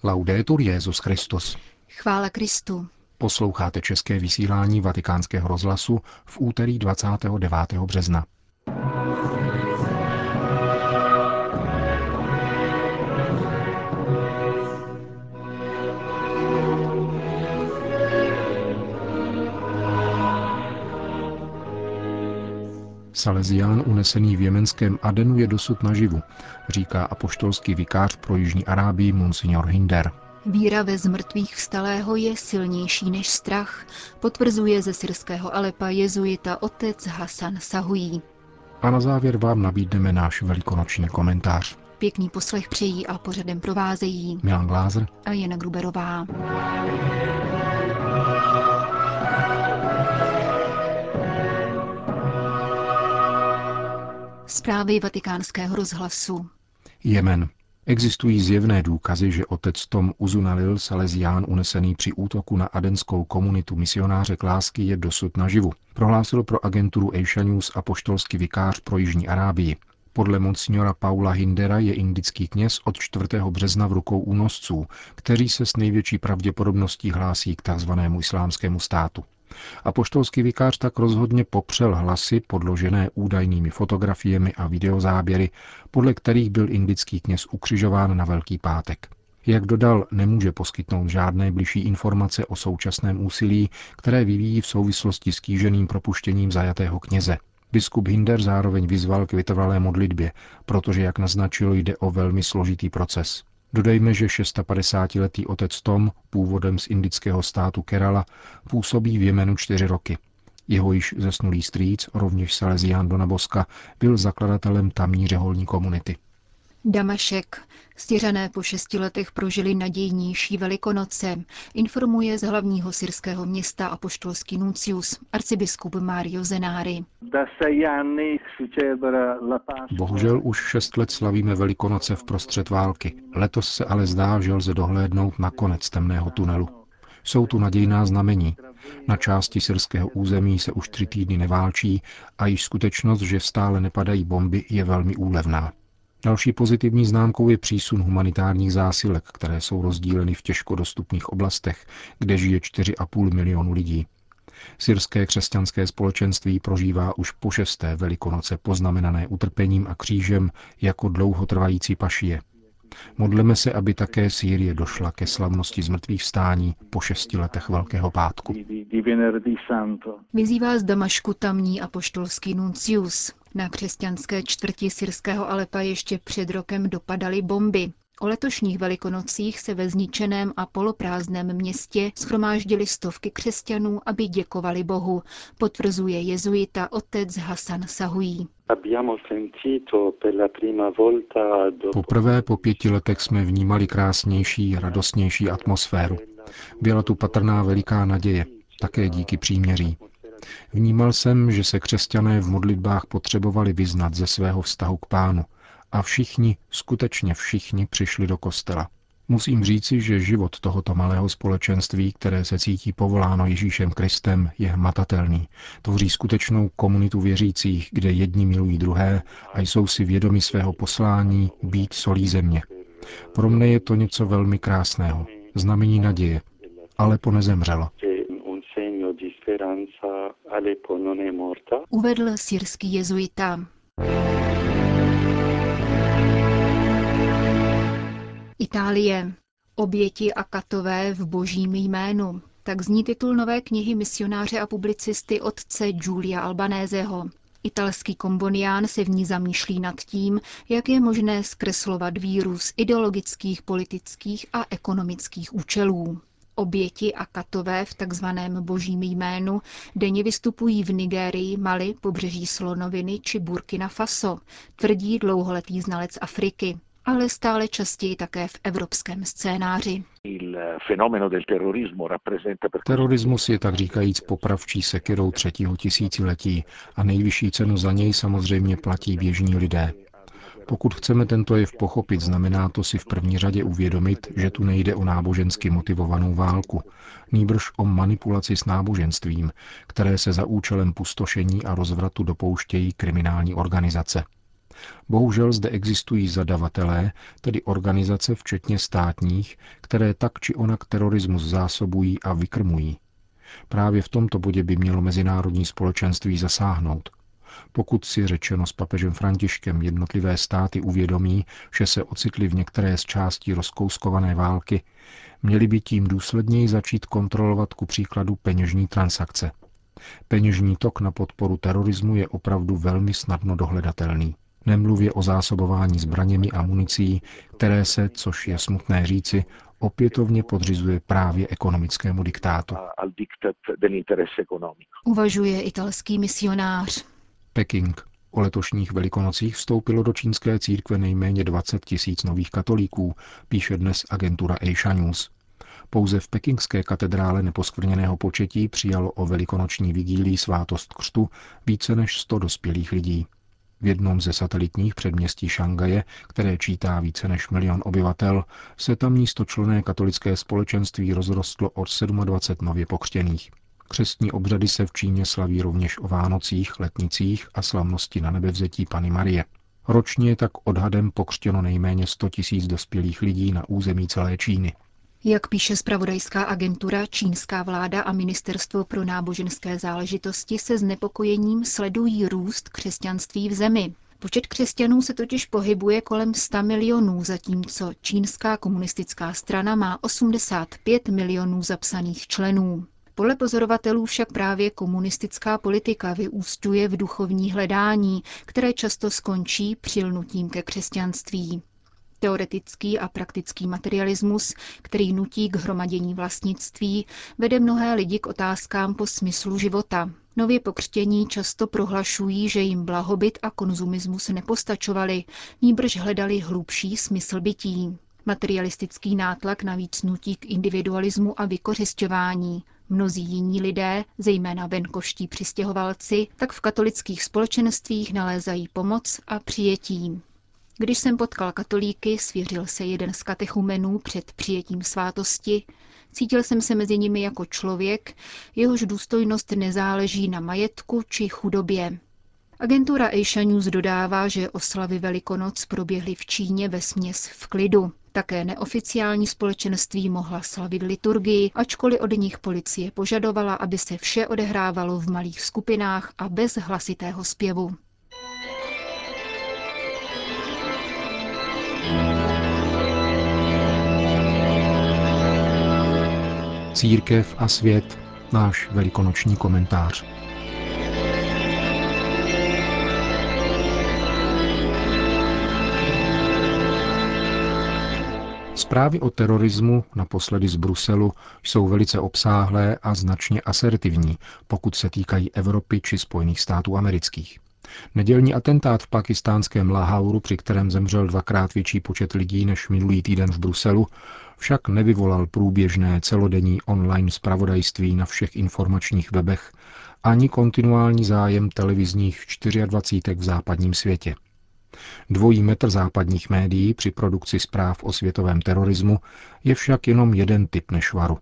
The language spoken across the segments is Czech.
Laudetur Jesus Christus. Chvála Kristu. Posloucháte české vysílání Vatikánského rozhlasu v úterý 29. března. Salesián unesený v jemenském Adenu je dosud naživu, říká apoštolský vikář pro Jižní Arábii Monsignor Hinder. Víra ve zmrtvých vstalého je silnější než strach, potvrzuje ze syrského Alepa jezuita otec Hasan Sahují. A na závěr vám nabídneme náš velikonoční komentář. Pěkný poslech přejí a pořadem provázejí Milan Glázer a Jana Gruberová. Zprávy Vatikánského rozhlasu. Jemen. Existují zjevné důkazy, že otec Tom Uzunalil, salesián unesený při útoku na adenskou komunitu misionářek lásky, je dosud naživu, prohlásil pro agenturu Asia News apoštolský vikář pro Jižní Arábii. Podle monsignora Paula Hindera je indický kněz od 4. března v rukou únosců, kteří se s největší pravděpodobností hlásí k tzv. Islámskému státu. Apoštolský vikář tak rozhodně popřel hlasy podložené údajnými fotografiemi a videozáběry, podle kterých byl indický kněz ukřižován na Velký pátek. Jak dodal, nemůže poskytnout žádné bližší informace o současném úsilí, které vyvíjí v souvislosti s kýženým propuštěním zajatého kněze. Biskup Hinder zároveň vyzval k vytrvalé modlitbě, protože, jak naznačil, jde o velmi složitý proces. Dodejme, že 650-letý otec Tom, původem z indického státu Kerala, působí v Jemenu 4 roky. Jeho již zesnulý strýc, rovněž salesián Dona Bosca, byl zakladatelem tamní řeholní komunity. Damašek. Syřané po 6 letech prožili nadějnější Velikonoce, informuje z hlavního syrského města apoštolský nuncius, arcibiskup Mario Zenari. Bohužel už 6 let slavíme Velikonoce v prostřed války. Letos se ale zdá, že lze dohlédnout na konec temného tunelu. Jsou tu nadějná znamení. Na části syrského území se už 3 týdny neválčí a již skutečnost, že stále nepadají bomby, je velmi úlevná. Další pozitivní známkou je přísun humanitárních zásilek, které jsou rozdíleny v těžko dostupných oblastech, kde žije 4,5 milionu lidí. Syrské křesťanské společenství prožívá už po 6. Velikonoce poznamenané utrpením a křížem jako dlouhotrvající pašie. Modleme se, aby také Sýrie došla ke slavnosti zmrtvýchvstání po 6 letech Velkého pátku. Vyzývá z Damašku tamní apoštolský nuncius. Na křesťanské čtvrti syrského Alepa ještě před rokem dopadaly bomby. O letošních velikonocích se ve zničeném a poloprázdném městě shromáždili stovky křesťanů, aby děkovali Bohu, potvrzuje jezuita otec Hasan Sahují. Poprvé po 5 letech jsme vnímali krásnější, radostnější atmosféru. Byla tu patrná veliká naděje, také díky příměří. Vnímal jsem, že se křesťané v modlitbách potřebovali vyznat ze svého vztahu k Pánu a všichni, skutečně všichni přišli do kostela. Musím říci, že život tohoto malého společenství, které se cítí povoláno Ježíšem Kristem, je hmatatelný. Tvoří skutečnou komunitu věřících, kde jedni milují druhé a jsou si vědomi svého poslání být solí země. Pro mne je to něco velmi krásného, znamení naděje. Alepo nezemřelo. Uvedl syrský jezuita. Itálie. Oběti a katové v božím jménu. Tak zní titul nové knihy misionáře a publicisty otce Giulia Albanéseho. Italský kombonián se v ní zamýšlí nad tím, jak je možné zkreslovat víru z ideologických, politických a ekonomických účelů. Oběti a katové v takzvaném božím jménu denně vystupují v Nigérii, Mali, pobřeží Slonoviny či Burkina Faso, tvrdí dlouholetý znalec Afriky, ale stále častěji také v evropském scénáři. Terorismus je tak říkajíc popravčí sekyrou 3. tisíciletí a nejvyšší cenu za něj samozřejmě platí běžní lidé. Pokud chceme tento jev pochopit, znamená to si v první řadě uvědomit, že tu nejde o nábožensky motivovanou válku, nýbrž o manipulaci s náboženstvím, které se za účelem pustošení a rozvratu dopouštějí kriminální organizace. Bohužel zde existují zadavatelé, tedy organizace včetně státních, které tak či onak terorismus zásobují a vykrmují. Právě v tomto bodě by mělo mezinárodní společenství zasáhnout. Pokud si řečeno s papežem Františkem jednotlivé státy uvědomí, že se ocitly v některé z částí rozkouskované války, měli by tím důsledněji začít kontrolovat ku příkladu peněžní transakce. Peněžní tok na podporu terorismu je opravdu velmi snadno dohledatelný. Nemluvě o zásobování zbraněmi a municí, které se, což je smutné říci, opětovně podřizuje právě ekonomickému diktátu. Uvažuje italský misionář. Peking. O letošních velikonocích vstoupilo do čínské církve nejméně 20 000 nových katolíků, píše dnes agentura Asia News. Pouze v pekingské katedrále Neposkvrněného početí přijalo o velikonoční vigílii svátost křtu více než 100 dospělých lidí. V jednom ze satelitních předměstí Šangaje, které čítá více než 1 000 000 obyvatel, se tamní 100členné katolické společenství rozrostlo od 27 nově pokřtěných. Křestní obřady se v Číně slaví rovněž o Vánocích, letnicích a slavnosti na nebevzetí Panny Marie. Ročně je tak odhadem pokřtěno nejméně 100 000 dospělých lidí na území celé Číny. Jak píše zpravodajská agentura, čínská vláda a Ministerstvo pro náboženské záležitosti se znepokojením sledují růst křesťanství v zemi. Počet křesťanů se totiž pohybuje kolem 100 milionů, zatímco čínská komunistická strana má 85 milionů zapsaných členů. Podle pozorovatelů však právě komunistická politika vyúsťuje v duchovní hledání, které často skončí přilnutím ke křesťanství. Teoretický a praktický materialismus, který nutí k hromadění vlastnictví, vede mnohé lidi k otázkám po smyslu života. Nově pokřtění často prohlašují, že jim blahobyt a konzumismus nepostačovaly, nýbrž hledali hlubší smysl bytí. Materialistický nátlak navíc nutí k individualismu a vykořisťování. Mnozí jiní lidé, zejména venkovští přistěhovalci, tak v katolických společenstvích nalézají pomoc a přijetí. Když jsem potkal katolíky, svěřil se jeden z katechumenů před přijetím svátosti, cítil jsem se mezi nimi jako člověk, jehož důstojnost nezáleží na majetku či chudobě. Agentura Asia News dodává, že oslavy Velikonoc proběhly v Číně vesměs v klidu. Také neoficiální společenství mohla slavit liturgii, ačkoliv od nich policie požadovala, aby se vše odehrávalo v malých skupinách a bez hlasitého zpěvu. Církev a svět, náš velikonoční komentář. Zprávy o terorismu, naposledy z Bruselu, jsou velice obsáhlé a značně asertivní, pokud se týkají Evropy či Spojených států amerických. Nedělní atentát v pakistánském Lahauru, při kterém zemřel 2krát větší počet lidí než minulý týden v Bruselu, však nevyvolal průběžné celodenní online zpravodajství na všech informačních webech ani kontinuální zájem televizních 24 v západním světě. Dvojí metr západních médií při produkci zpráv o světovém terorismu je však jenom jeden typ nešvaru.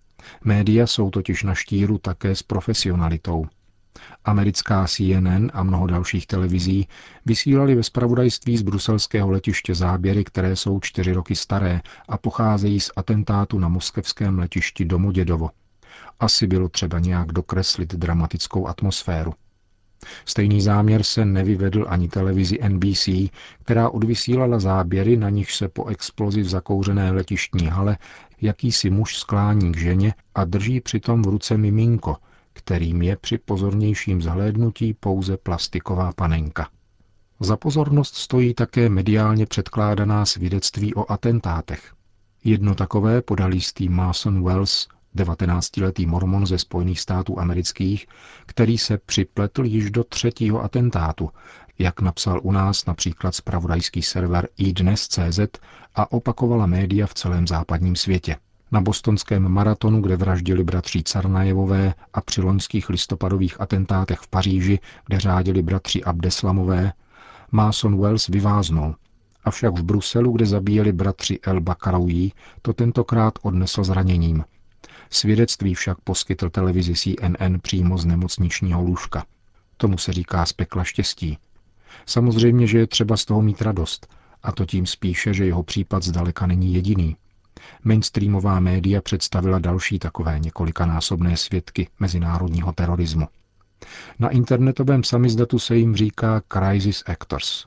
Média jsou totiž na štíru také s profesionalitou. Americká CNN a mnoho dalších televizí vysílali ve zpravodajství z bruselského letiště záběry, které jsou 4 roky staré a pocházejí z atentátu na moskevském letišti Domodědovo. Asi bylo třeba nějak dokreslit dramatickou atmosféru. Stejný záměr se nevyvedl ani televizi NBC, která odvysílala záběry, na nichž se po explozi v zakouřené letištní hale jakýsi muž sklání k ženě a drží přitom v ruce miminko, kterým je při pozornějším zhlédnutí pouze plastiková panenka. Za pozornost stojí také mediálně předkládaná svědectví o atentátech. Jedno takové podal jistý Mason Wells, 19letý mormon ze Spojených států amerických, který se připletl již do 3. atentátu, jak napsal u nás například zpravodajský server iDnes.cz a opakovala média v celém západním světě. Na bostonském maratonu, kde vraždili bratři Carnajevové, a při loňských listopadových atentátech v Paříži, kde řádili bratři Abdeslamové, Mason Wells vyváznul. Avšak v Bruselu, kde zabíjeli bratři El Bakaroui, to tentokrát odnesl zraněním. Svědectví však poskytl televizi CNN přímo z nemocničního lůžka. Tomu se říká z pekla štěstí. Samozřejmě, že je třeba z toho mít radost, a to tím spíše, že jeho případ zdaleka není jediný. Mainstreamová média představila další takové několikanásobné svědky mezinárodního terorismu. Na internetovém samizdatu se jim říká crisis actors.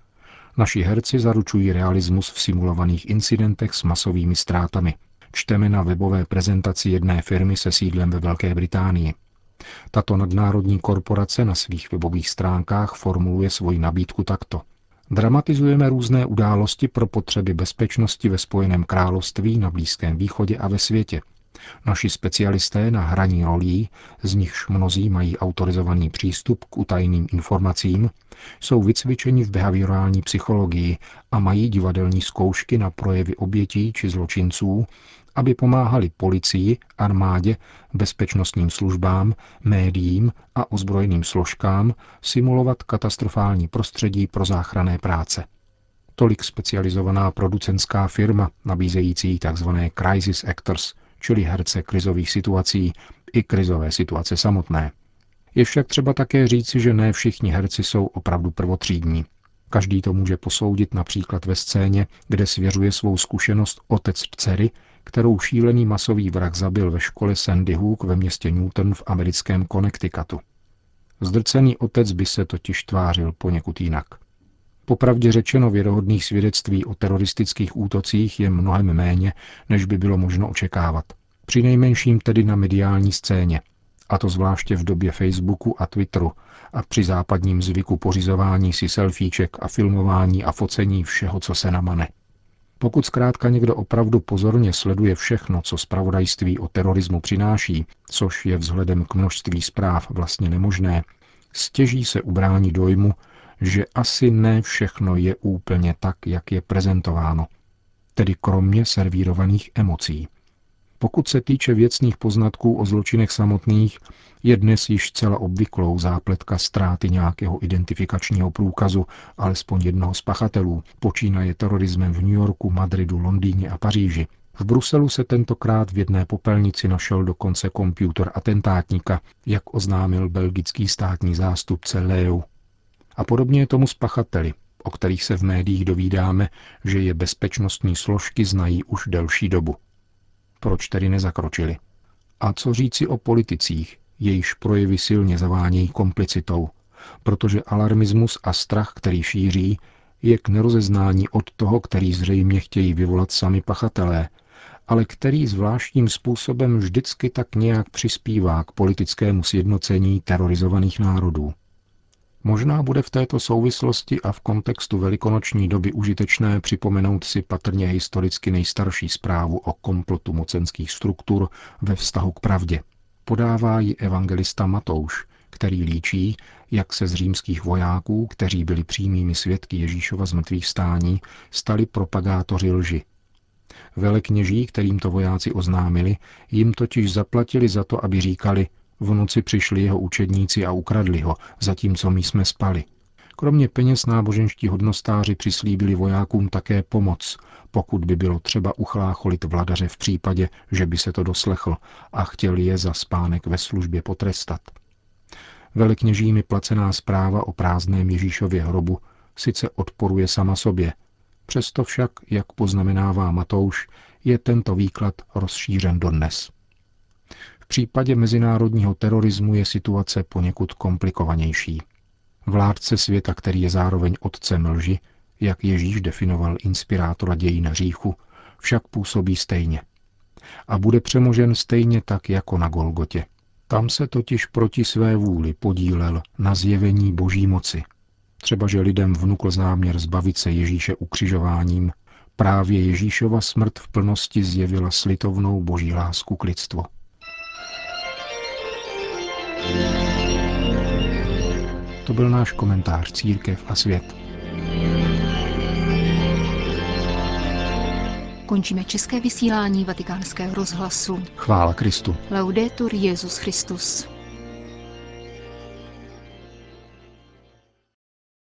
Naši herci zaručují realismus v simulovaných incidentech s masovými ztrátami. Čteme na webové prezentaci jedné firmy se sídlem ve Velké Británii. Tato nadnárodní korporace na svých webových stránkách formuluje svoji nabídku takto. Dramatizujeme různé události pro potřeby bezpečnosti ve Spojeném království, na Blízkém východě a ve světě. Naši specialisté na hraní rolí, z nichž mnozí mají autorizovaný přístup k utajeným informacím, jsou vycvičeni v behaviorální psychologii a mají divadelní zkoušky na projevy obětí či zločinců, aby pomáhali policii, armádě, bezpečnostním službám, médiím a ozbrojeným složkám simulovat katastrofální prostředí pro záchranné práce. Tolik specializovaná producentská firma nabízející tzv. Crisis actors, čili herce krizových situací i krizové situace samotné. Je však třeba také říci, že ne všichni herci jsou opravdu prvotřídní. Každý to může posoudit například ve scéně, kde svěřuje svou zkušenost otec dcery, kterou šílený masový vrah zabil ve škole Sandy Hook ve městě Newton v americkém Connecticutu. Zdrcený otec by se totiž tvářil poněkud jinak. Popravdě řečeno, věrohodných svědectví o teroristických útocích je mnohem méně, než by bylo možno očekávat. Přinejmenším tedy na mediální scéně, a to zvláště v době Facebooku a Twitteru a při západním zvyku pořizování si selfieček a filmování a focení všeho, co se namane. Pokud zkrátka někdo opravdu pozorně sleduje všechno, co zpravodajství o terorismu přináší, což je vzhledem k množství zpráv vlastně nemožné, stěží se ubrání dojmu, že asi ne všechno je úplně tak, jak je prezentováno, tedy kromě servírovaných emocí. Pokud se týče věcných poznatků o zločinech samotných, je dnes již zcela obvyklou zápletka ztráty nějakého identifikačního průkazu, alespoň jednoho z pachatelů, počínaje terorismem v New Yorku, Madridu, Londýně a Paříži. V Bruselu se tentokrát v jedné popelnici našel dokonce komputer atentátníka, jak oznámil belgický státní zástupce Leu. A podobně je tomu s pachateli, o kterých se v médiích dovídáme, že je bezpečnostní složky znají už delší dobu. Proč tedy nezakročili? A co říci o politicích, jejichž projevy silně zavánějí komplicitou, protože alarmismus a strach, který šíří, je k nerozeznání od toho, který zřejmě chtějí vyvolat sami pachatelé, ale který zvláštním způsobem vždycky tak nějak přispívá k politickému sjednocení terorizovaných národů. Možná bude v této souvislosti a v kontextu velikonoční doby užitečné připomenout si patrně historicky nejstarší zprávu o komplotu mocenských struktur ve vztahu k pravdě. Podává ji evangelista Matouš, který líčí, jak se z římských vojáků, kteří byli přímými svědky Ježíšova zmrtvýchvstání, stali propagátoři lži. Velekněží, kterým to vojáci oznámili, jim totiž zaplatili za to, aby říkali: v noci přišli jeho učedníci a ukradli ho, zatímco my jsme spali. Kromě peněz náboženští hodnostáři přislíbili vojákům také pomoc, pokud by bylo třeba uchlácholit vladaře v případě, že by se to doslechl a chtěl je za spánek ve službě potrestat. Velekněžími placená zpráva o prázdném Ježíšově hrobu sice odporuje sama sobě, přesto však, jak poznamenává Matouš, je tento výklad rozšířen dodnes. V případě mezinárodního terorismu je situace poněkud komplikovanější. Vládce světa, který je zároveň otcem lži, jak Ježíš definoval inspirátora dějin hříchu, však působí stejně. A bude přemožen stejně tak jako na Golgotě. Tam se totiž proti své vůli podílel na zjevení boží moci. Třeba že lidem vnukl záměr zbavit se Ježíše ukřižováním, právě Ježíšova smrt v plnosti zjevila slitovnou boží lásku k lidstvu. To byl náš komentář Církev a svět. Končíme české vysílání Vatikánského rozhlasu. Chvála Kristu. Laudetur Jesus Christus.